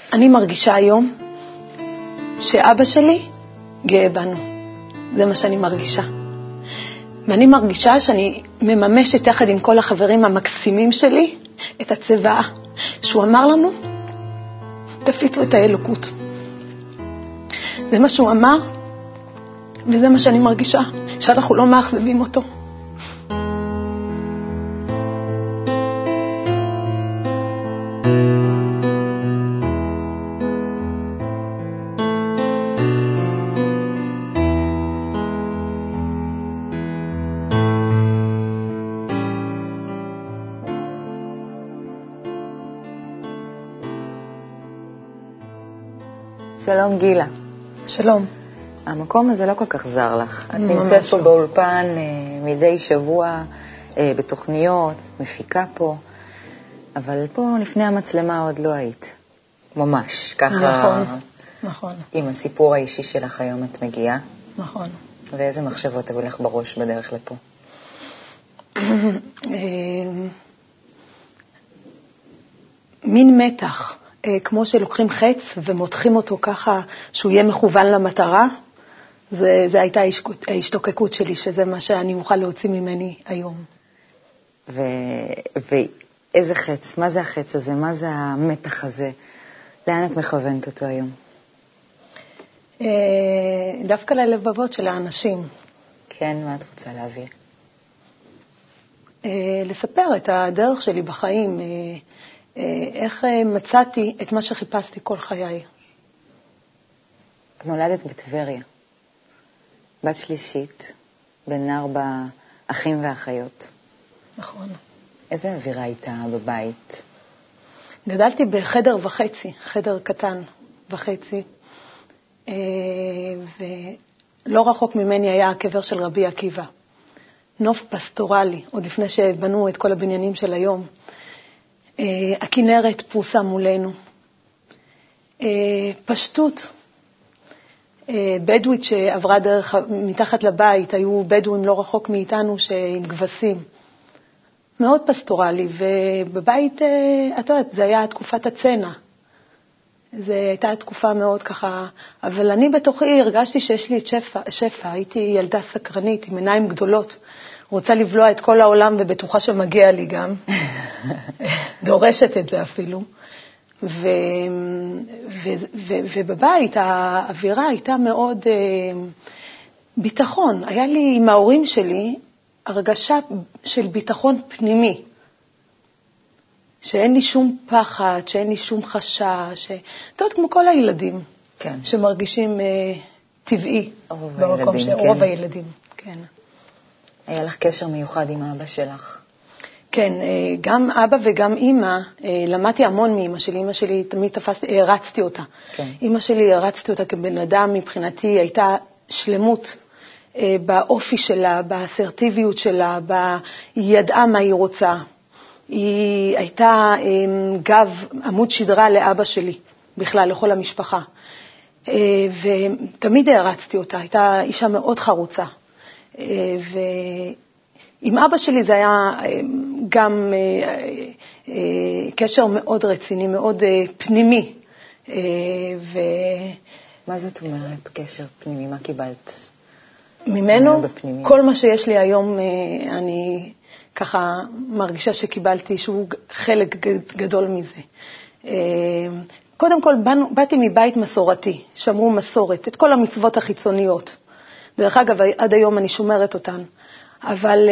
אני מרגישה היום שאבא שלי גאה בנו. זה מה שאני מרגישה. ואני מרגישה שאני מממשת יחד עם כל החברים המקסימים שלי את הצבעה שהוא אמר לנו, תפיצו את האלוקות. זה מה שהוא אמר, וזה מה שאני מרגישה, שאנחנו לא מאכזבים אותו. שלום גילה. שלום. המקום הזה לא כל כך זר לך. את נמצאת פה באולפן מדי שבוע בתוכניות, מפיקה פה, אבל פה לפני המצלמה עוד לא היית. ממש, ככה. נכון. עם הסיפור האישי שלך היום את מגיעה. נכון. ואיזה מחשבות היו לך בראש בדרך לפה? מין מתח. כמו שלוקחים חץ ומותחים אותו ככה שהוא יהיה מכוון למטרה, זה הייתה ההשתוקקות שלי, שזה מה שאני אוכל להוציא ממני היום. ואיזה חץ? מה זה החץ הזה? מה זה המתח הזה? לאן את מכוונת אותו היום? דווקא ללבבות של האנשים. כן, מה את רוצה להביא? לספר את הדרך שלי בחיים, איך מצאתי את מה שחיפשתי כל חיי. את נולדת בטבריה, בת שלישית, בין 4 אחים ואחיות. נכון. איזה אווירה הייתה בבית? גדלתי בחדר וחצי, חדר קטן וחצי, ולא רחוק ממני היה הקבר של רבי עקיבא. נוף פסטורלי, עוד לפני שבנו את כל הבניינים של היום. הכנרת פרוסה מולנו. פשטות. בדואית שעברה דרך מתחת לבית, היו בדואים לא רחוק מאיתנו עם גבסים. מאוד פסטורלי, ובבית, את יודעת, זה היה תקופת הצנע. זו הייתה תקופה מאוד ככה, אבל אני בתוכי הרגשתי שיש לי את שפע. הייתי ילדה סקרנית עם עיניים גדולות. רוצה לבלוע את כל העולם ובטוחה שמגיע לי גם. דורשת את זה אפילו. ובבית האווירה הייתה מאוד ביטחון. היה לי עם ההורים שלי הרגשה של ביטחון פנימי. שאין לי שום פחד, שאין לי שום חשש. אתה יודע, כמו כל הילדים. כן. שמרגישים טבעי. רוב הילדים, כן. היה לך קשר מיוחד עם אבא שלך? כן, גם אבא וגם אמא, למדתי המון מאמא שלי. אמא שלי תמיד הרצתי אותה. כן. אמא שלי הרצתי אותה כבן אדם, מבחינתי הייתה שלמות באופי שלה, באסרטיביות שלה, היא ידעה מה היא רוצה. היא הייתה גב, עמוד שדרה לאבא שלי, בכלל, לכל המשפחה. ותמיד הרצתי אותה, הייתה אישה מאוד חרוצה. ועם אבא שלי זה היה גם קשר מאוד רציני, מאוד פנימי. מה זאת אומרת קשר פנימי? מה קיבלת? ממנו, כל מה שיש לי היום, אני ככה מרגישה שקיבלתי שהוא חלק גדול מזה. קודם כל, באתי מבית מסורתי, שמרו מסורת, את כל המצוות החיצוניות. דרך אגב, עד היום אני שומרת אותן. אבל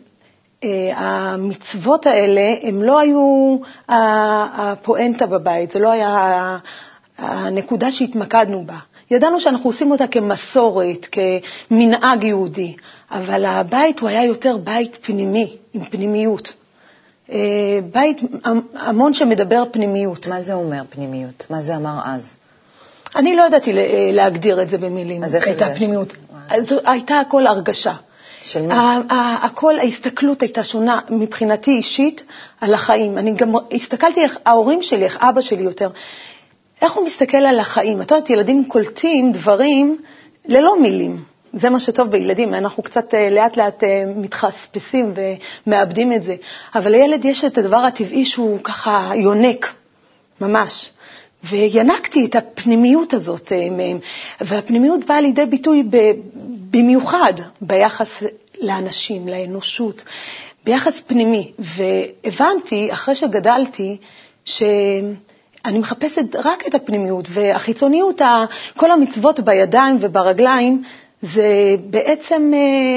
המצוות האלה, הם לא היו הפואנטה בבית, זה לא היה הנקודה שהתמקדנו בה. ידענו שאנחנו עושים אותה כמסורת, כמנהג יהודי, אבל הבית הוא היה יותר בית פנימי, עם פנימיות. בית המון שמדבר פנימיות. מה זה אומר פנימיות? מה זה אמר אז? אני לא ידעתי להגדיר את זה במילים, את הפנימיות. הייתה הכל הרגשה. של מה? הכל, ההסתכלות הייתה שונה מבחינתי אישית על החיים. אני גם הסתכלתי איך ההורים שלי, איך אבא שלי יותר, איך הוא מסתכל על החיים. את יודעת, ילדים קולטים דברים ללא מילים. זה מה שטוב בילדים, אנחנו קצת לאט לאט מתחספסים ומאבדים את זה. אבל לילד יש את הדבר הטבעי שהוא ככה יונק, ממש. וינקתי את הפנימיות הזאת מהם, והפנימיות באה לידי ביטוי במיוחד ביחס לאנשים, לאנושות, ביחס פנימי. והבנתי, אחרי שגדלתי, שאני מחפשת רק את הפנימיות, והחיצוניות, כל המצוות בידיים וברגליים, זה בעצם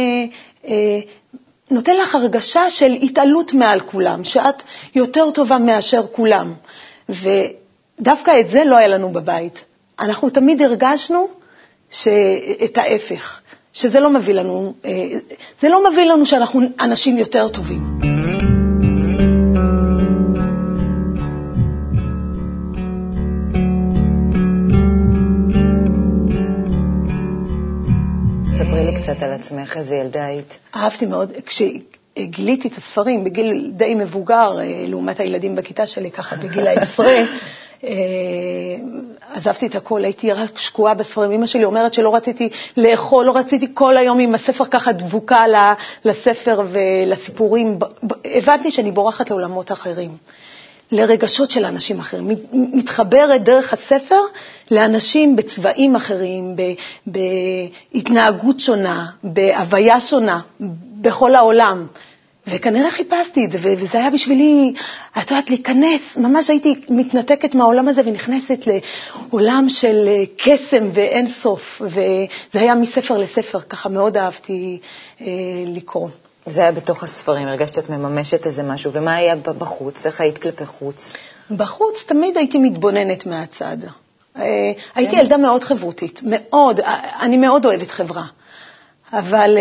נותן לך הרגשה של התעלות מעל כולם, שאת יותר טובה מאשר כולם. ודווקא את זה לא היה לנו בבית. אנחנו תמיד הרגשנו את ההפך, שזה לא מביא לנו, זה לא מביא לנו שאנחנו אנשים יותר טובים. ספרי לי קצת על עצמך, איזה ילדה היית? אהבתי מאוד, כשגיליתי את הספרים בגיל די מבוגר, לעומת הילדים בכיתה שלי, ככה בגיל ה-10, עזבתי את הכל, הייתי רק שקועה בספרים. אמא שלי אומרת שלא רציתי לאכול, לא רציתי כל היום עם הספר ככה דבוקה לספר ולסיפורים. הבנתי שאני בורחת לעולמות אחרים, לרגשות של אנשים אחרים, מתחברת דרך הספר לאנשים בצבעים אחרים, בהתנהגות שונה, בהוויה שונה, בכל העולם. וכנראה חיפשתי את זה, וזה היה בשבילי, את יודעת, להיכנס, ממש הייתי מתנתקת מהעולם הזה ונכנסת לעולם של קסם ואין סוף, וזה היה מספר לספר, ככה מאוד אהבתי לקרוא. זה היה בתוך הספרים, הרגשת את מממשת איזה משהו, ומה היה בחוץ? איך היית כלפי חוץ? בחוץ תמיד הייתי מתבוננת מהצד. הייתי ילדה מאוד חברותית, מאוד, אני מאוד אוהבת חברה, אבל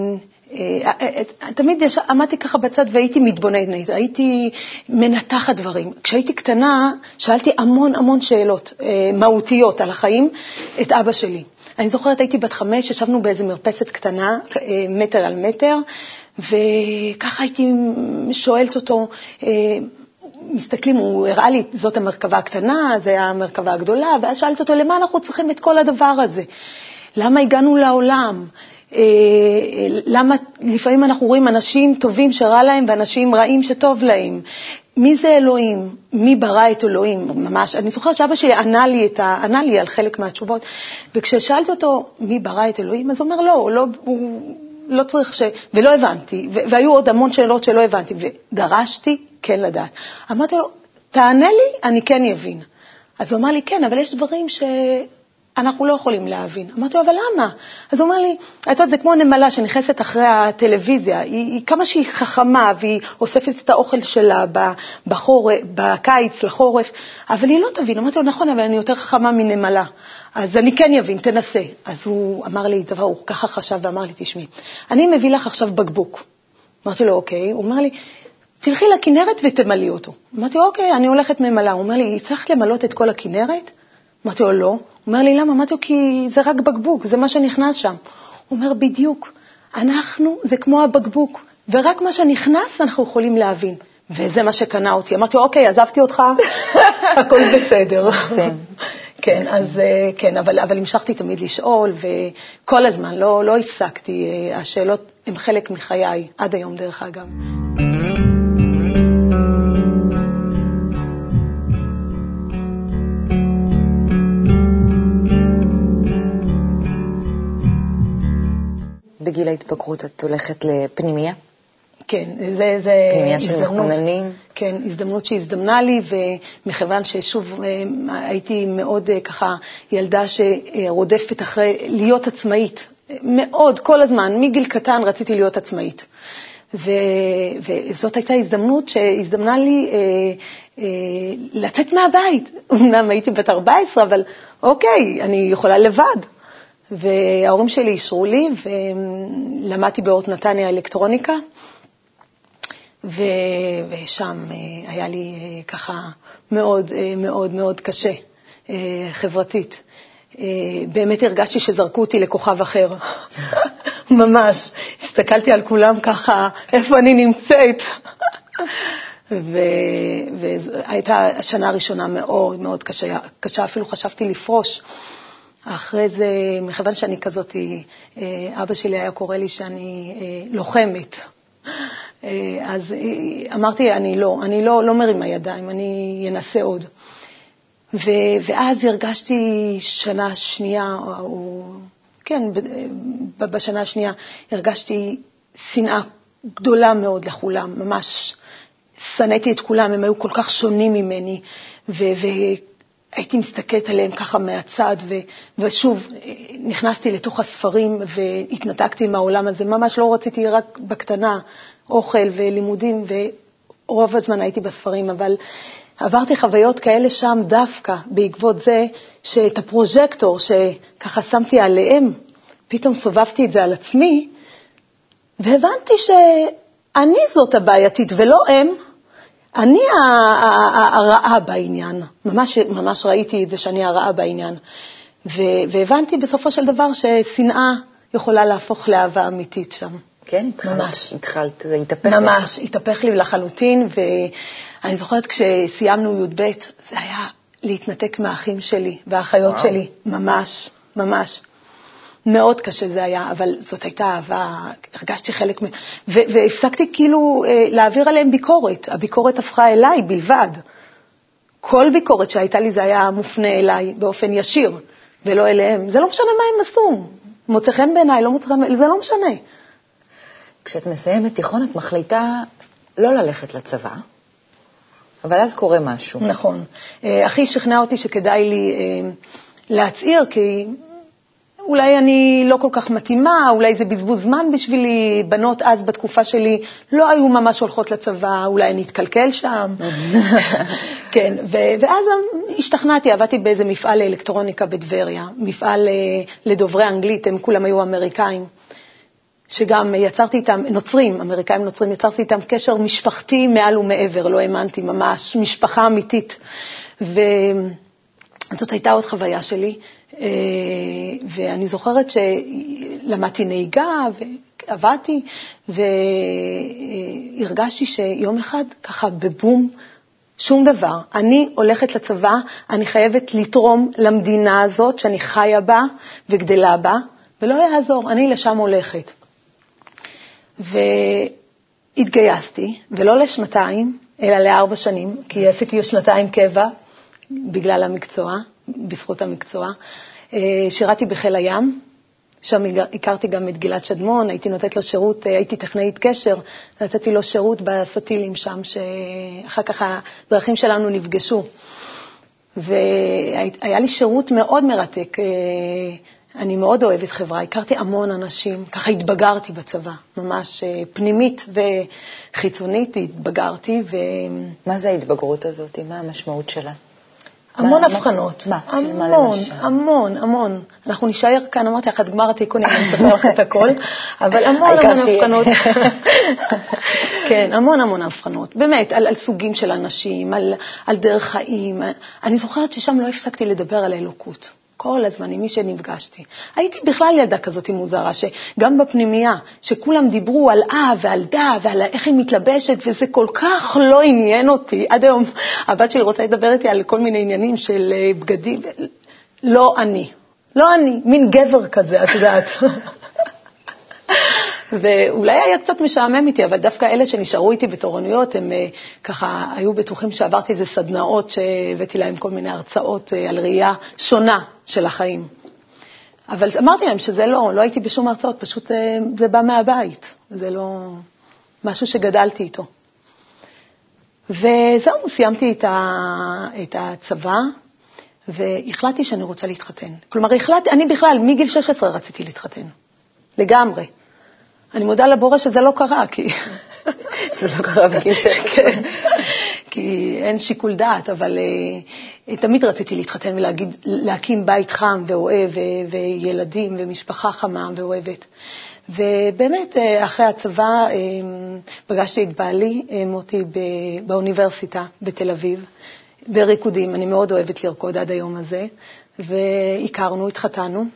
תמיד עמדתי ככה בצד והייתי מתבוננת, הייתי מנתחת דברים. כשהייתי קטנה שאלתי המון שאלות מהותיות על החיים את אבא שלי. אני זוכרת, הייתי בת 5, ישבנו באיזה מרפסת קטנה, מטר על מטר, וככה הייתי שואלת אותו, מסתכלים, הוא הראה לי, זאת המרכבה הקטנה, זה המרכבה הגדולה, ואז שאלת אותו, למה אנחנו צריכים את כל הדבר הזה? למה הגענו לעולם? למה לפעמים אנחנו רואים אנשים טובים שרע להם ואנשים רעים שטוב להם? מי זה אלוהים? מי ברא את אלוהים? ממש, אני זוכרת שאבא שלי ענה לי על חלק מהתשובות, וכששאלתי אותו מי ברא את אלוהים, אז הוא אומר הוא לא צריך ולא הבנתי, והיו עוד המון שאלות שלא הבנתי, ודרשתי כן לדעת. אמרתי לו, תענה לי, אני כן אבין. אז הוא אמר לי, כן, אבל יש דברים אנחנו לא יכולים להבין. אמרתי לו, אבל למה? אז הוא אומר לי, זה כמו נמלה שנכנסת אחרי הטלוויזיה, היא כמה שהיא חכמה, והיא אוספת את האוכל שלה בקיץ לחורף, אבל היא לא תבין. אמרתי לו, נכון, אבל אני יותר חכמה מנמלה. אז אני כן יבין, תנסה. אז הוא אמר לי דבר, הוא ככה חשב ואמר לי, תשמעי, אני מביא לך עכשיו בקבוק. אמרתי לו, אוקיי. הוא אומר לי, תלכי לכנרת ותמלאי אותו. אמרתי לו, אוקיי, אני הולכת ממלאה. הוא אומר לי, הצלחת למלות את כל הכנרת? אמרתי לו, לא. הוא אומר לי, למה? אמרתי לו, כי זה רק בקבוק, זה מה שנכנס שם. הוא אומר, בדיוק, זה כמו הבקבוק, ורק מה שנכנס אנחנו יכולים להבין. וזה מה שקנה אותי. אמרתי לו, אוקיי, עזבתי אותך, הכל בסדר. כן, אז כן, אבל המשכתי תמיד לשאול, וכל הזמן לא הפסקתי. השאלות הן חלק מחיי, עד היום דרך אגב. בגיל ההתבגרות את הולכת לפנימיה? כן, זה פנימיה של מחוננים. כן, הזדמנות שהזדמנה לי, ומכיוון ששוב הייתי מאוד ככה ילדה שרודפת אחרי להיות עצמאית, מאוד, כל הזמן, מגיל קטן רציתי להיות עצמאית. וזאת הייתה הזדמנות שהזדמנה לי לצאת מהבית. אמנם הייתי בת 14, אבל אוקיי, אני יכולה לבד. וההורים שלי אישרו לי, ולמדתי באורט נתניה אלקטרוניקה, ושם היה לי ככה מאוד מאוד מאוד קשה, חברתית. באמת הרגשתי שזרקו אותי לכוכב אחר. ממש. הסתכלתי על כולם ככה, איפה אני נמצאת. והייתה השנה הראשונה מאוד מאוד קשה, אפילו חשבתי לפרוש. אחרי זה, מכיוון שאני כזאת, אבא שלי היה קורא לי שאני לוחמת. אז אמרתי, אני לא מרימה ידיים, אני אנסה עוד. ואז הרגשתי שנה שנייה, כן, בשנה השנייה הרגשתי שנאה גדולה מאוד לכולם, ממש שנאתי את כולם, הם היו כל כך שונים ממני, והייתי מסתכלת עליהם ככה מהצד, ושוב, נכנסתי לתוך הספרים והתנתקתי מהעולם הזה, ממש לא רציתי רק בקטנה, אוכל ולימודים, ורוב הזמן הייתי בספרים, אבל עברתי חוויות כאלה שם דווקא, בעקבות זה שאת הפרוז'קטור שככה שמתי עליהם, פתאום סובבתי את זה על עצמי, והבנתי שאני זאת הבעייתית ולא הם, אני הרעה בעניין, ממש ראיתי את זה שאני הרעה בעניין, והבנתי בסופו של דבר ששנאה יכולה להפוך לאהבה אמיתית שם. כן, התחלת, זה התהפך לך. ממש, התהפך לי לחלוטין, ואני זוכרת כשסיימנו י"ב, זה היה להתנתק מהאחים שלי והאחיות שלי, ממש, ממש. מאוד קשה זה היה, אבל זאת הייתה אהבה, הרגשתי חלק והפסקתי כאילו להעביר עליהם ביקורת. הביקורת הפכה אליי בלבד. כל ביקורת שהייתה לי זה היה מופנה אליי באופן ישיר, ולא אליהם. זה לא משנה מה הם עשו. מוצא חן בעיניי, לא מוצא חן, זה לא משנה. כשאת מסיימת תיכון, את מחליטה לא ללכת לצבא, אבל אז קורה משהו. נכון. אחי שכנע אותי שכדאי לי להצעיר, כי אולי אני לא כל כך מתאימה, אולי זה בזבוז זמן בשבילי, בנות אז בתקופה שלי לא היו ממש הולכות לצבא, אולי אני אתקלקל שם. כן, ואז השתכנעתי, עבדתי באיזה מפעל לאלקטרוניקה בדבריה, מפעל לדוברי אנגלית, הם כולם היו אמריקאים, שגם יצרתי איתם, נוצרים, אמריקאים נוצרים, יצרתי איתם קשר משפחתי מעל ומעבר, לא האמנתי, ממש משפחה אמיתית. וזאת הייתה עוד חוויה שלי, ואני זוכרת שלמדתי נהיגה ועבדתי, והרגשתי שיום אחד ככה בבום, שום דבר. אני הולכת לצבא, אני חייבת לתרום למדינה הזאת שאני חיה בה וגדלה בה, ולא יעזור, אני לשם הולכת. והתגייסתי, ולא לשנתיים, אלא ל4 שנים, כי עשיתי 2 קבע בגלל המקצוע, בזכות המקצוע. שירתי בחיל הים, שם הכרתי גם את גלעד שדמון, הייתי נותנת לו שירות, הייתי טכנאית קשר, נתתי לו שירות בסטילים שם, שאחר כך הדרכים שלנו נפגשו. והיה לי שירות מאוד מרתק, אני מאוד אוהבת חברה, הכרתי המון אנשים, ככה התבגרתי בצבא, ממש פנימית וחיצונית התבגרתי. מה זה ההתבגרות הזאת? מה המשמעות שלה? המון הבחנות. מה? המון. אנחנו נשאר כאן, אמרתי לך, עד גמר התיקונים, אני אספר לך את הכל, אבל המון הבחנות. כן, המון הבחנות. באמת, על סוגים של אנשים, על דרך חיים. אני זוכרת ששם לא הפסקתי לדבר על האלוקות. כל הזמן, עם מי שנפגשתי. הייתי בכלל ילדה כזאת מוזרה, שגם בפנימייה, שכולם דיברו על ועל ועל איך היא מתלבשת, וזה כל כך לא עניין אותי. עד היום, הבת שלי רוצה לדבר איתי על כל מיני עניינים של בגדים. לא אני, מין גבר כזה, את יודעת. ואולי היה קצת משעמם איתי, אבל דווקא אלה שנשארו איתי בתורנויות, הם ככה היו בטוחים שעברתי איזה סדנאות שהבאתי להם כל מיני הרצאות על ראייה שונה של החיים. אבל אמרתי להם שזה לא הייתי בשום הרצאות, פשוט זה בא מהבית, זה לא משהו שגדלתי איתו. וזהו, סיימתי את הצבא, והחלטתי שאני רוצה להתחתן. כלומר, אני בכלל, מגיל 16 רציתי להתחתן. לגמרי. אני מודה לבורא שזה לא קרה, כי שזה לא קרה בגיל 16. כי אין שיקול דעת, אבל תמיד רציתי להתחתן ולהקים בית חם ואוהב, וילדים ומשפחה חמה ואוהבת. ובאמת, אחרי הצבא פגשתי את בעלי, מוטי, באוניברסיטה בתל אביב, בריקודים. אני מאוד אוהבת לרקוד עד היום הזה, והכרנו, התחתנו.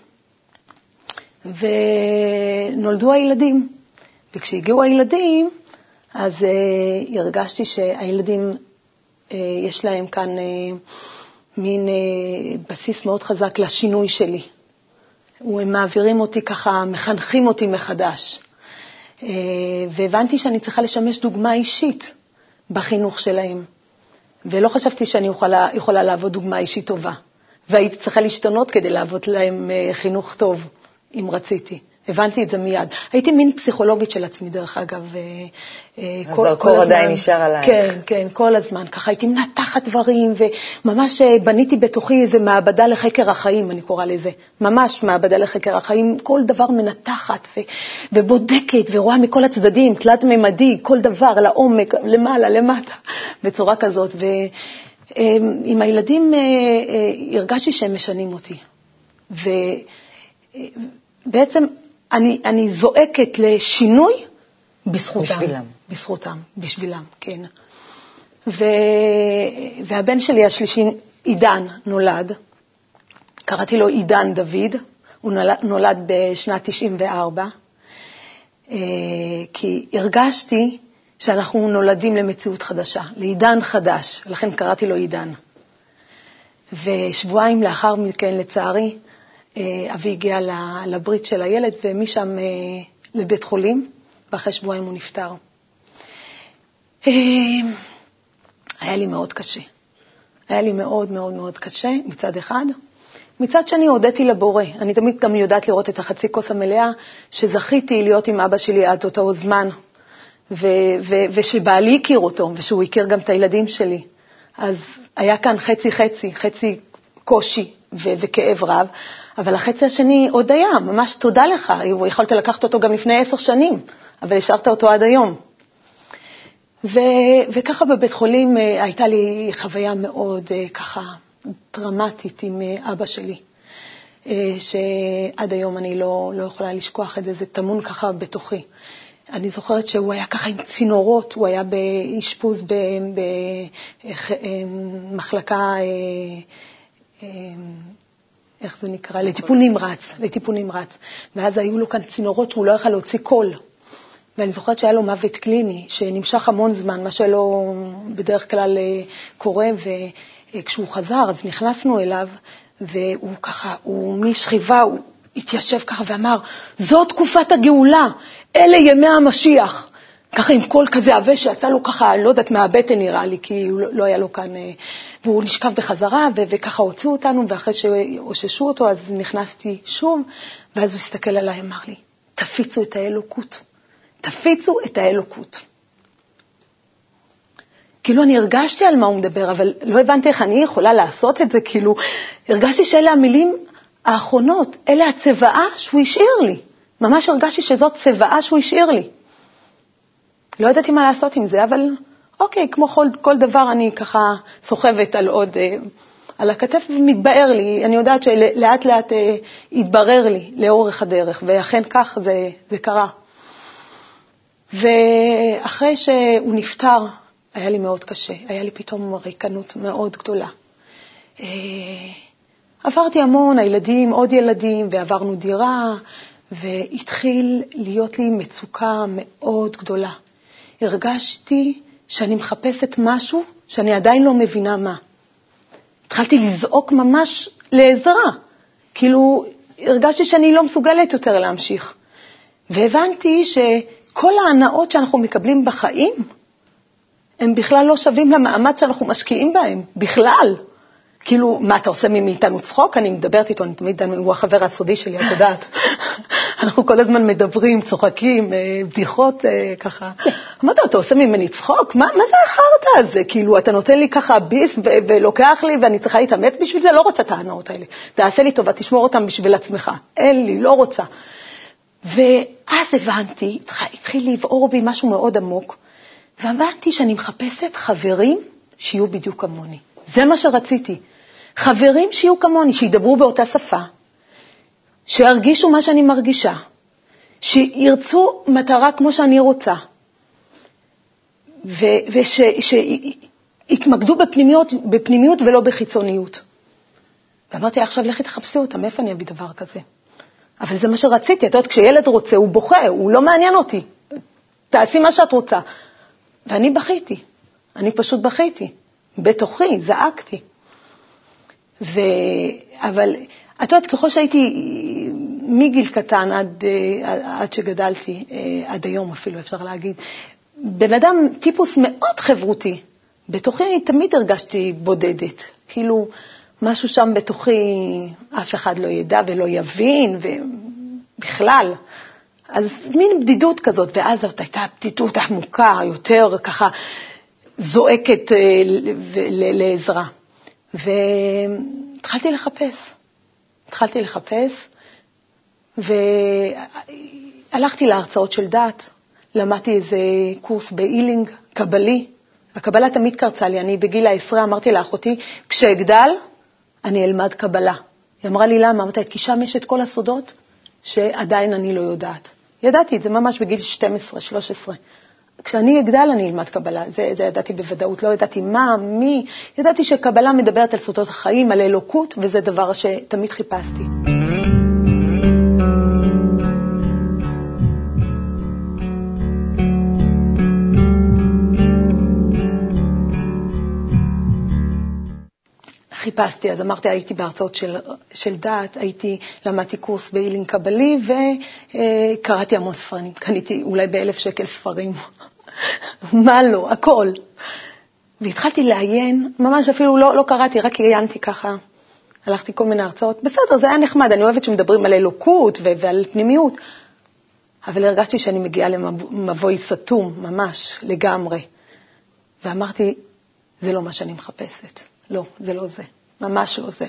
ונולדו הילדים, וכשהגיעו הילדים, אז הרגשתי שהילדים, יש להם כאן מין בסיס מאוד חזק לשינוי שלי. הם מעבירים אותי ככה, מחנכים אותי מחדש. והבנתי שאני צריכה לשמש דוגמה אישית בחינוך שלהם. ולא חשבתי שאני יכולה לעבוד דוגמה אישית טובה. והייתי צריכה להשתנות כדי לעבוד להם חינוך טוב, אם רציתי. הבנתי את זה מיד. הייתי מין פסיכולוגית של עצמי, דרך אגב. אז הקור עדיין נשאר עלייך. כן, כן, כל הזמן. ככה הייתי מנתחת דברים, וממש בניתי בתוכי איזו מעבדה לחקר החיים, אני קוראה לזה. ממש מעבדה לחקר החיים, כל דבר מנתחת ובודקת, ורואה מכל הצדדים, תלת ממדי, כל דבר, לעומק, למעלה, למטה, בצורה כזאת. ועם הילדים הרגשתי שהם משנים אותי. ובעצם אני זועקת לשינוי בזכותם. בשבילם, כן. והבן שלי השלישי, עידן, נולד. קראתי לו עידן דוד. הוא נולד בשנת 94. כי הרגשתי שאנחנו נולדים למציאות חדשה, לעידן חדש. לכן קראתי לו עידן. ושבועיים לאחר מכן, לצערי, אבי הגיע לברית של הילד, ומשם לבית חולים, ואחרי שבועיים הוא נפטר. היה לי מאוד קשה. היה לי מאוד מאוד מאוד קשה, מצד אחד. מצד שני, הודיתי לבורא. אני תמיד גם יודעת לראות את החצי כוס המלאה, שזכיתי להיות עם אבא שלי עד אותו זמן, ושבעלי הכיר אותו, ושהוא הכיר גם את הילדים שלי. אז היה כאן חצי קושי וכאב רב, אבל החצי השני עוד היה, ממש תודה לך, יכולת לקחת אותו גם לפני 10 שנים, אבל השארת אותו עד היום. וככה בבית חולים הייתה לי חוויה מאוד ככה דרמטית עם אבא שלי, שעד היום אני לא יכולה לשכוח את זה, זה תמון ככה בתוכי. אני זוכרת שהוא היה ככה עם צינורות, הוא היה באשפוז במחלקה, איך זה נקרא? לטיפול נמרץ. ואז היו לו כאן צינורות שהוא לא יכל להוציא קול. ואני זוכרת שהיה לו מוות קליני, שנמשך המון זמן, מה שלא בדרך כלל קורה, וכשהוא חזר, אז נכנסנו אליו, והוא ככה, הוא משכיבה, הוא התיישב ככה ואמר, זו תקופת הגאולה, אלה ימי המשיח. ככה עם קול כזה עבה שיצא לו ככה, לא יודעת מהבטן נראה לי, כי הוא לא היה לו כאן, והוא נשכב בחזרה, וככה הוציאו אותנו, ואחרי שהוששו אותו, אז נכנסתי שוב, ואז הוא הסתכל עליי, אמר לי, תפיצו את האלוקות. תפיצו את האלוקות. כאילו אני הרגשתי על מה הוא מדבר, אבל לא הבנתי איך אני יכולה לעשות את זה, כאילו הרגשתי שאלה המילים האחרונות, אלה הצבעה שהוא השאיר לי. ממש הרגשתי שזאת צבעה שהוא השאיר לי. לא ידעתי מה לעשות עם זה, אבל אוקיי, כמו כל דבר אני ככה סוחבת על עוד, על הכתף ומתבאר לי. אני יודעת שלאט לאט יתברר לי לאורך הדרך, ואכן כך זה קרה. ואחרי שהוא נפטר, היה לי מאוד קשה. היה לי פתאום ריקנות מאוד גדולה. עברתי המון, הילדים, עוד ילדים, ועברנו דירה, והתחיל להיות לי מצוקה מאוד גדולה. הרגשתי שאני מחפשת משהו שאני עדיין לא מבינה מה. התחלתי לזעוק ממש לעזרה. כאילו, הרגשתי שאני לא מסוגלת יותר להמשיך. והבנתי שכל ההנאות שאנחנו מקבלים בחיים, הם בכלל לא שווים למאמץ שאנחנו משקיעים בהם. בכלל. כאילו, מה אתה עושה מאיתנו צחוק? אני מדברת איתו, אני תמיד, הוא החבר הסודי שלי, את יודעת. אנחנו כל הזמן מדברים, צוחקים, בדיחות ככה. אמרת, אתה עושה ממני צחוק? מה זה החרת הזה? כאילו, אתה נותן לי ככה ביס ולוקח לי ואני צריכה להתאמץ בשביל זה? לא רוצה את ההנאות האלה. תעשה לי טובה, תשמור אותם בשביל עצמך. אין לי, לא רוצה. ואז הבנתי, התחיל לבעור בי משהו מאוד עמוק, והבנתי שאני מחפשת חברים שיהיו בדיוק כמוני. זה מה שרציתי. חברים שיהיו כמוני, שידברו באותה שפה, שירגישו מה שאני מרגישה, שירצו מטרה כמו שאני רוצה, ושיתמקדו בפנימיות ולא בחיצוניות. ואמרתי, עכשיו לכי תחפשי אותם, איפה אני אביא דבר כזה? אבל זה מה שרציתי. את יודעת, כשילד רוצה, הוא בוכה, הוא לא מעניין אותי. תעשי מה שאת רוצה. ואני בכיתי. אני פשוט בכיתי. בתוכי, זעקתי. אבל את יודעת, ככל שהייתי מגיל קטן עד שגדלתי, עד היום אפילו אפשר להגיד, בן אדם טיפוס מאוד חברותי, בתוכי תמיד הרגשתי בודדת, כאילו משהו שם בתוכי אף אחד לא ידע ולא יבין, ובכלל. אז מין בדידות כזאת, ואז זאת הייתה בדידות עמוקה, יותר ככה זועקת לעזרה. והתחלתי לחפש, והלכתי להרצאות של דת, למדתי איזה קורס באילינג, קבלי. הקבלה תמיד קרצה לי, אני בגיל ה-10 אמרתי לאחותי, כשאגדל אני אלמד קבלה. היא אמרה לי למה? אמרתי, כי שם יש את כל הסודות שעדיין אני לא יודעת. ידעתי את זה ממש בגיל 12, 13. כשאני אגדל אני אלמד קבלה, זה ידעתי בוודאות, לא ידעתי מה, מי, ידעתי שקבלה מדברת על סודות החיים, על אלוקות, וזה דבר שתמיד חיפשתי. חיפשתי, אז אמרתי, הייתי בהרצאות של דת, למדתי קורס באילינג קבלי, וקראתי המון ספרים, קניתי אולי ב1,000 שקל ספרים, מה לא, הכל. והתחלתי לעיין, ממש אפילו לא קראתי, רק עיינתי ככה, הלכתי כל מיני הרצאות, בסדר, זה היה נחמד, אני אוהבת שמדברים על אלוקות ועל פנימיות, אבל הרגשתי שאני מגיעה למבוי סתום, ממש, לגמרי. ואמרתי, זה לא מה שאני מחפשת. לא, זה לא זה. ממש לא זה.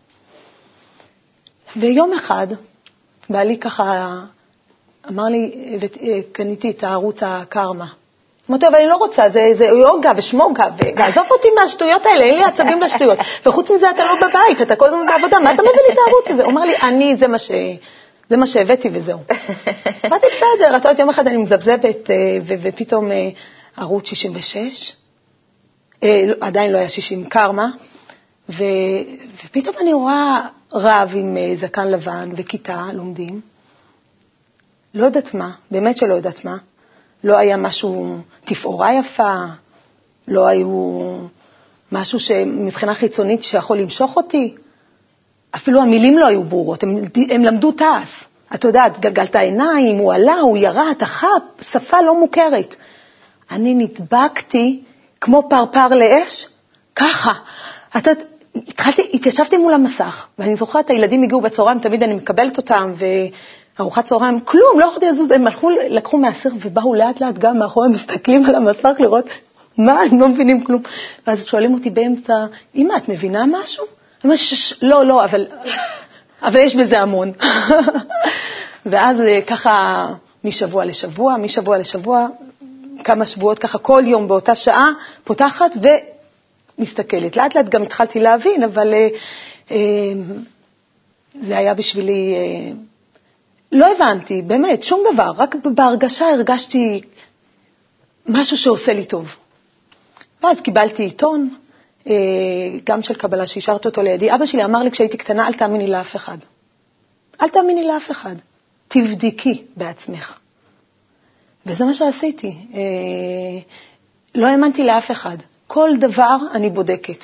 ויום אחד, בעלי ככה אמר לי, וקניתי את הערוץ הקרמה. אמרתי, אבל אני לא רוצה, זה יוגה ושמוגה, ועזוב אותי מהשטויות האלה, אין לי עצבים לשטויות. וחוץ מזה אתה לא בבית, אתה כל הזמן בעבודה, מה אתה מביא לי את הערוץ הזה? הוא אמר לי, זה מה שהבאתי וזהו. אמרתי, בסדר, אתה יודעת, יום אחד אני מזבזבת, ופתאום ערוץ 66, עדיין לא היה 60 קרמה, ופתאום אני רואה רב עם זקן לבן וכיתה לומדים, לא יודעת מה, באמת שלא יודעת מה, לא היה משהו, תפאורה יפה, לא היו משהו שמבחינה חיצונית שיכול למשוך אותי, אפילו המילים לא היו ברורות, הם למדו תעש, את יודעת, גלגלת העיניים, הוא עלה, הוא ירד, החפ, שפה לא מוכרת. אני נדבקתי כמו פרפר לאש, ככה. התיישבתי מול המסך, ואני זוכרת, הילדים הגיעו בצהריים, תמיד אני מקבלת אותם, וארוחת צהריים, כלום, לא יכולתי לזוז, הם לקחו מהסיר, ובאו לאט לאט גם מאחורי, מסתכלים על המסך לראות, מה, הם לא מבינים כלום. ואז שואלים אותי באמצע, אמא, את מבינה משהו? אני אומרת, לא, אבל יש בזה המון. ואז ככה, משבוע לשבוע, כמה שבועות ככה, כל יום באותה שעה, פותחת ומסתכלת. לאט לאט גם התחלתי להבין, אבל זה היה בשבילי, לא הבנתי, באמת, שום דבר, רק בהרגשה הרגשתי משהו שעושה לי טוב. ואז קיבלתי עיתון, גם של קבלה שהשארתי אותו לידי. אבא שלי אמר לי כשהייתי קטנה, אל תאמיני לאף אחד. אל תאמיני לאף אחד. תבדקי בעצמך. וזה מה שעשיתי. לא האמנתי לאף אחד. כל דבר אני בודקת.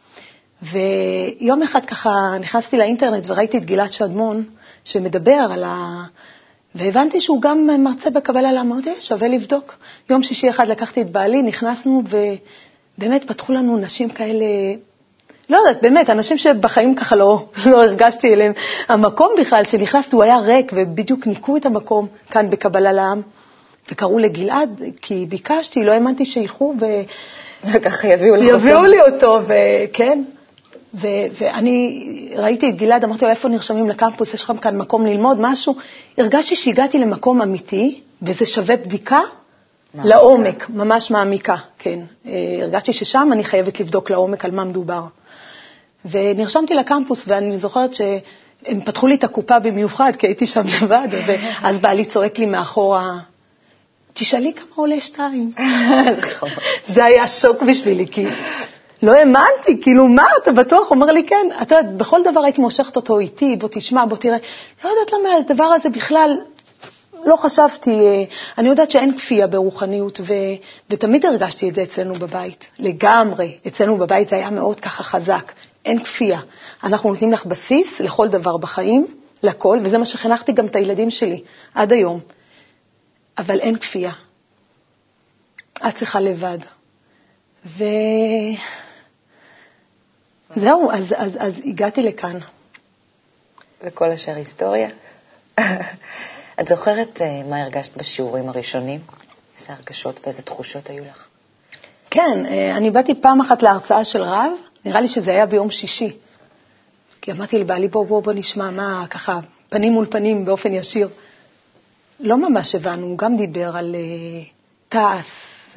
ויום אחד ככה נכנסתי לאינטרנט וראיתי את גלעד שדמון שמדבר על והבנתי שהוא גם מרצה בקבלה לעמוד, שווה לבדוק. יום שישי אחד לקחתי את בעלי, נכנסנו ובאמת פתחו לנו נשים כאלה, לא יודעת, באמת, אנשים שבחיים ככה לא הרגשתי אליהם. המקום בכלל שנכנסתי הוא היה ריק ובדיוק ניקו את המקום כאן בקבלה לעם. וקראו לגלעד, כי ביקשתי, לא האמנתי שילכו וככה יביאו לי אותו, וכן. ואני ראיתי את גלעד, אמרתי לו, איפה נרשמים לקמפוס, יש לכם כאן מקום ללמוד משהו. הרגשתי שהגעתי למקום אמיתי, וזה שווה בדיקה לעומק, ממש מעמיקה, כן. הרגשתי ששם אני חייבת לבדוק לעומק על מה מדובר. ונרשמתי לקמפוס, ואני זוכרת שהם פתחו לי את הקופה במיוחד, כי הייתי שם לבד, ואז בעלי צועק לי מאחורה, תשאלי כמה עולה 2. זה היה שוק בשבילי, כי לא האמנתי, כאילו מה, אתה בטוח? אומר לי כן. אתה יודעת, בכל דבר הייתי מושכת אותו איתי, בוא תשמע, בוא תראה. לא יודעת למה הדבר הזה בכלל, לא חשבתי, אני יודעת שאין כפייה ברוחניות, ותמיד הרגשתי את זה אצלנו בבית, לגמרי. אצלנו בבית זה היה מאוד ככה חזק, אין כפייה. אנחנו נותנים לך בסיס לכל דבר בחיים, לכל, וזה מה שחנכתי גם את הילדים שלי עד היום. אבל אין כפייה. את צריכה לבד. וזהו, אז הגעתי לכאן. וכל השאר היסטוריה. את זוכרת מה הרגשת בשיעורים הראשונים? איזה הרגשות ואיזה תחושות היו לך? כן, אני באתי פעם אחת להרצאה של רב, נראה לי שזה היה ביום שישי. כי אמרתי לבעלי, בוא נשמע מה, ככה, פנים מול פנים באופן ישיר. לא ממש הבנו, הוא גם דיבר על תעש,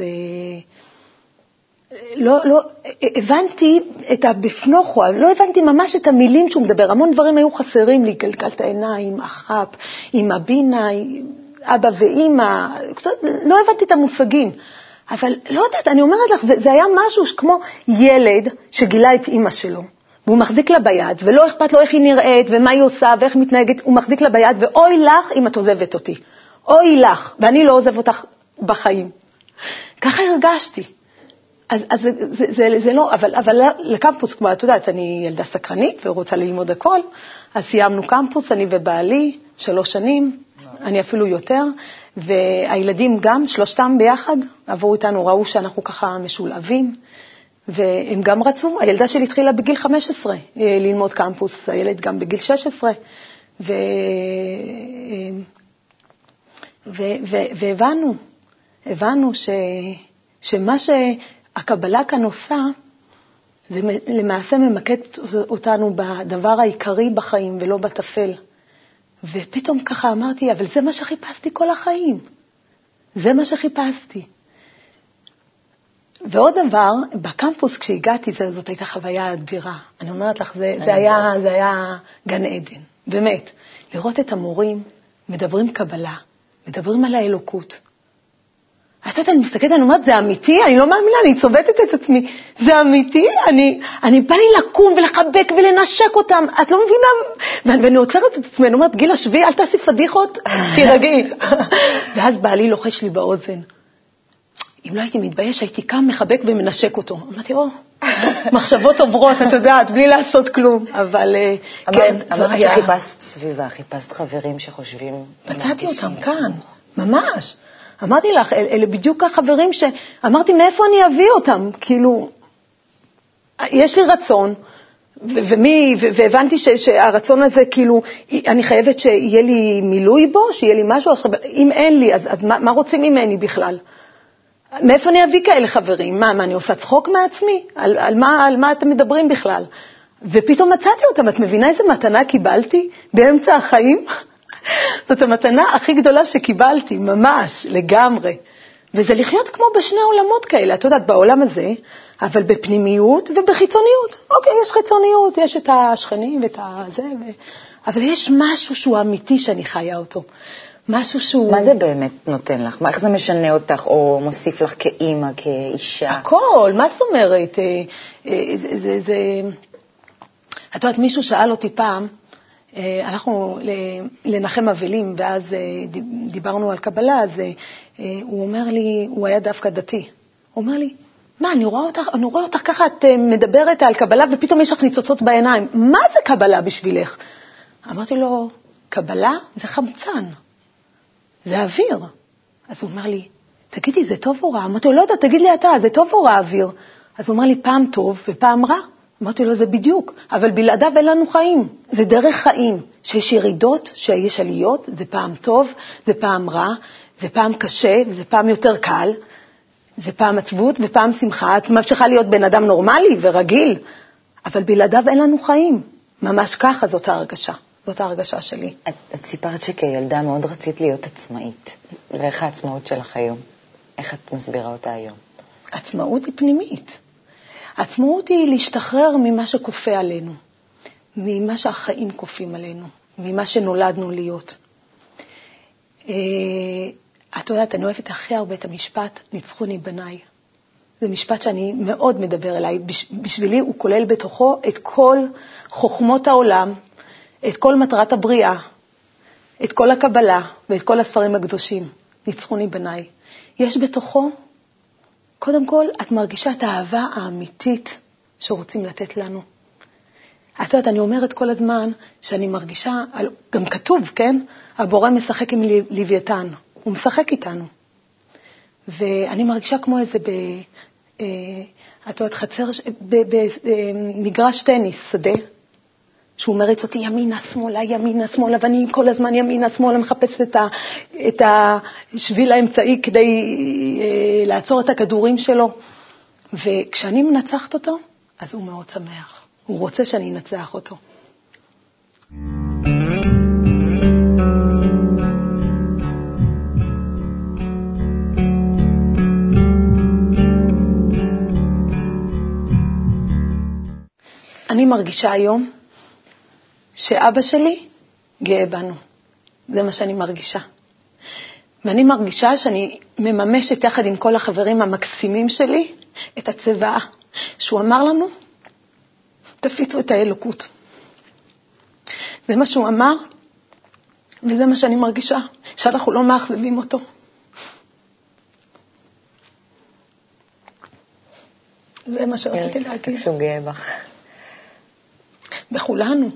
לא, הבנתי את הבפנוכו, לא הבנתי ממש את המילים שהוא מדבר, המון דברים היו חסרים לי, גלגל את העיניים, אחאפ, עם הבינה, אבא ואמא, לא הבנתי את המושגים, אבל לא יודעת, אני אומרת לך, זה היה משהו כמו ילד שגילה את אמא שלו, והוא מחזיק לה ביד, ולא אכפת לו איך היא נראית, ומה היא עושה, ואיך מתנהגת, הוא מחזיק לה ביד, ואוי לך אם את עוזבת אותי, אוי לך, ואני לא עוזב אותך בחיים. ככה הרגשתי. אז זה לא, אבל לקמפוס, כמו את יודעת, אני ילדה סקרנית ורוצה ללמוד הכל, אז סיימנו קמפוס, אני ובעלי, 3 שנים, אני אפילו יותר, והילדים גם, 3 ביחד, עברו איתנו, ראו שאנחנו ככה משולבים, והם גם רצו, הילדה שלי התחילה בגיל 15 ללמוד קמפוס, הילד גם בגיל 16, והבנו שמה שהקבלה כאן עושה, זה למעשה ממקד אותנו בדבר העיקרי בחיים ולא בטפל. ופתאום ככה אמרתי, אבל זה מה שחיפשתי כל החיים. זה מה שחיפשתי. ועוד דבר, בקמפוס כשהגעתי, זאת הייתה חוויה אדירה. אני אומרת לך, זה היה גן עדן, באמת. לראות את המורים, מדברים קבלה, מדברים על האלוקות. את יודעת, אני מסתכלת, אני אומרת, זה אמיתי? אני לא מאמינה, אני צובטת את עצמי. זה אמיתי? אני בא לי לקום ולחבק ולנשק אותם. את לא מבינה? ואני עוצרת את עצמי, אני אומרת, גיל השביעי, אל תעשי פדיחות, תירגעי. ואז בעלי לוחש לי באוזן. אם לא הייתי מתבייש, הייתי קם, מחבק ומנשק אותו. אמרתי, מחשבות עוברות, את יודעת, בלי לעשות כלום. אבל כן. אמרת שחיפשת סביבה, חיפשת חברים שחושבים. מצאתי אותם כאן, ממש. אמרתי לך, אלה בדיוק החברים שאמרתי, מאיפה אני אביא אותם? כאילו, יש לי רצון, והבנתי שהרצון הזה, כאילו, אני חייבת שיהיה לי מילוי בו, שיהיה לי משהו, אם אין לי, אז מה רוצים ממני בכלל? מאיפה אני אביא כאלה חברים? מה, אני עושה צחוק מעצמי? על מה אתם מדברים בכלל? ופתאום מצאתי אותם, את מבינה איזה מתנה קיבלתי באמצע החיים? זאת המתנה הכי גדולה שקיבלתי, ממש, לגמרי. וזה לחיות כמו בשני עולמות כאלה, את יודעת, בעולם הזה, אבל בפנימיות ובחיצוניות. אוקיי, יש חיצוניות, יש את השכנים ואת הזה, אבל יש משהו שהוא אמיתי שאני חיה אותו. משהו שהוא... מה זה באמת נותן לך? איך זה משנה אותך או מוסיף לך כאימא, כאישה? הכל, מה זאת אומרת? את יודעת, מישהו שאל אותי פעם, הלכנו לנחם אבלים, ואז דיברנו על קבלה, אז הוא אומר לי, הוא היה דווקא דתי, הוא אומר לי, מה, אני רואה אותך ככה, את מדברת על קבלה, ופתאום יש לך ניצוצות בעיניים, מה זה קבלה בשבילך? אמרתי לו, קבלה זה חמצן, זה אוויר. אז הוא אומר לי, תגידי, זה טוב או רע? אמרתי לו, לא יודע, תגיד לי אתה, זה טוב או רע אוויר? אז הוא אומר לי, פעם טוב ופעם רע. אמרתי לו, זה בדיוק, אבל בלעדיו אין לנו חיים. זה דרך חיים, שיש ירידות, שיש עליות, זה פעם טוב, זה פעם רע, זה פעם קשה, זה פעם יותר קל, זה פעם עצבות ופעם שמחה. את ממשיכה להיות בן אדם נורמלי ורגיל, אבל בלעדיו אין לנו חיים. ממש ככה זאת ההרגשה. זאת ההרגשה שלי. את סיפרת שכילדה מאוד רצית להיות עצמאית. ואיך העצמאות שלך היום? איך את מסבירה אותה היום? עצמאות היא פנימית. עצמאות היא להשתחרר ממה שכופה עלינו, ממה שהחיים כופים עלינו, ממה שנולדנו להיות. את יודעת, אני אוהבת הכי הרבה את המשפט, ניצחוני בניי. זה משפט שאני מאוד מדבר אליי. בשבילי הוא כולל בתוכו את כל חוכמות העולם, את כל מטרת הבריאה, את כל הקבלה ואת כל הספרים הקדושים. ניצחוני בניי. יש בתוכו, קודם כל, את מרגישה את האהבה האמיתית שרוצים לתת לנו. את יודעת, אני אומרת כל הזמן שאני מרגישה, גם כתוב, כן? הבורא משחק עם לוויתן. הוא משחק איתנו. ואני מרגישה כמו איזה את יודעת, חצר, במגרש טניס, שדה, שהוא מריץ אותי ימינה, שמאלה, ואני כל הזמן ימינה, שמאלה, מחפשת את השביל האמצעי כדי לעצור את הכדורים שלו. וכשאני מנצחת אותו, אז הוא מאוד שמח. הוא רוצה שאני אנצח אותו. אני מרגישה היום שאבא שלי גאה בנו. זה מה שאני מרגישה. ואני מרגישה שאני מממשת יחד עם כל החברים המקסימים שלי את הצבעה שהוא אמר לנו, תפיצו את האלוקות. זה מה שהוא אמר, וזה מה שאני מרגישה, שאנחנו לא מאכזבים אותו. זה מה שרציתי להגיד. שהוא גאה בך. בכולנו.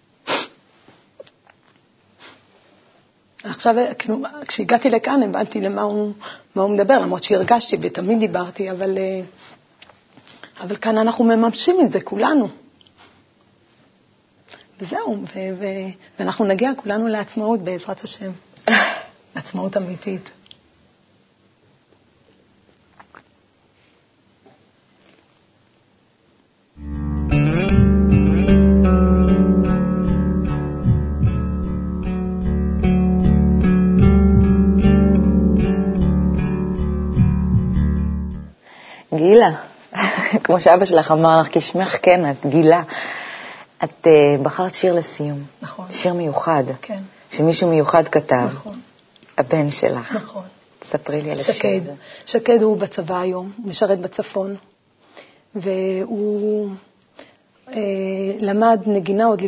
עכשיו, כשהגעתי לכאן, הבנתי למה הוא מדבר, למרות שהרגשתי ותמיד דיברתי, אבל כאן אנחנו מממשים את זה, כולנו. וזהו, ואנחנו נגיע כולנו לעצמאות בעזרת השם. עצמאות אמיתית. גילה, כמו שאבא שלך אמר לך, כשמך כן, את גילה. את בחרת שיר לסיום. נכון. שיר מיוחד. כן. שמישהו מיוחד כתב. נכון. הבן שלך. נכון. ספרי לי על השיר. שקד. שקד הוא בצבא היום, הוא משרת בצפון, והוא למד נגינה עוד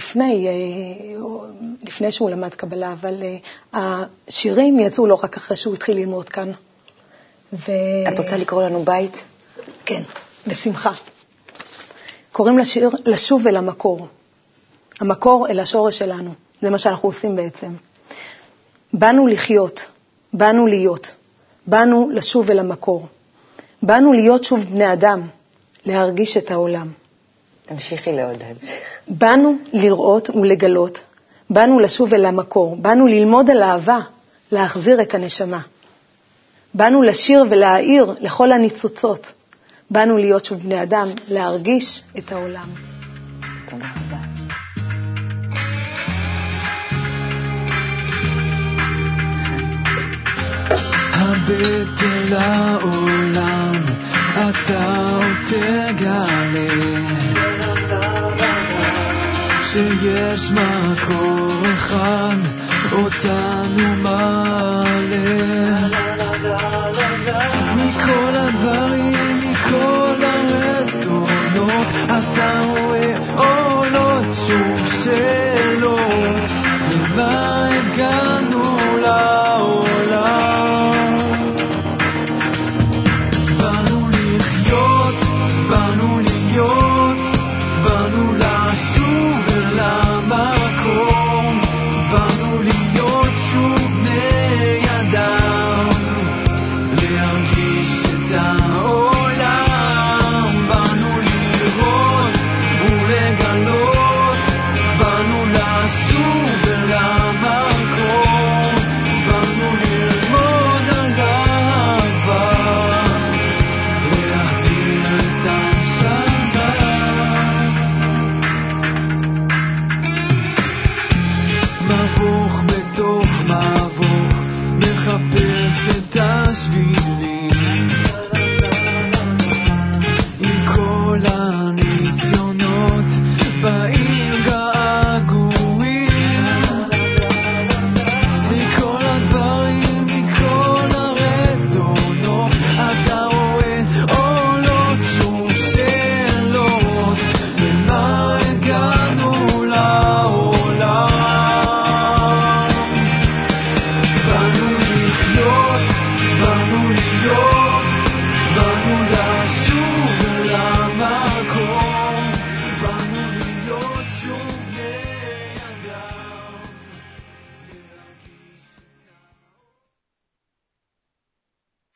לפני שהוא למד קבלה, אבל השירים יצאו לו רק אחרי שהוא התחיל ללמוד כאן. את רוצה לקרוא לנו בית? כן, בשמחה. קוראים לשיר לשוב אל המקור. המקור אל השורש שלנו. זה מה שאנחנו עושים בעצם. באנו לחיות, באנו להיות, באנו לשוב אל המקור. באנו להיות שוב בני אדם, להרגיש את העולם. תמשיכי לעודד. באנו לראות ולגלות, באנו לשוב אל המקור, באנו ללמוד על אהבה, להחזיר את הנשמה. באנו לשיר ולהעיר לכל הניצוצות. באנו להיות שוב בני אדם, להרגיש את העולם. תודה רבה. הביט אל העולם, אתה עוד תגלה שיש מקור אחד, אותנו מעלה מכל הדברים, מכל הרצונות.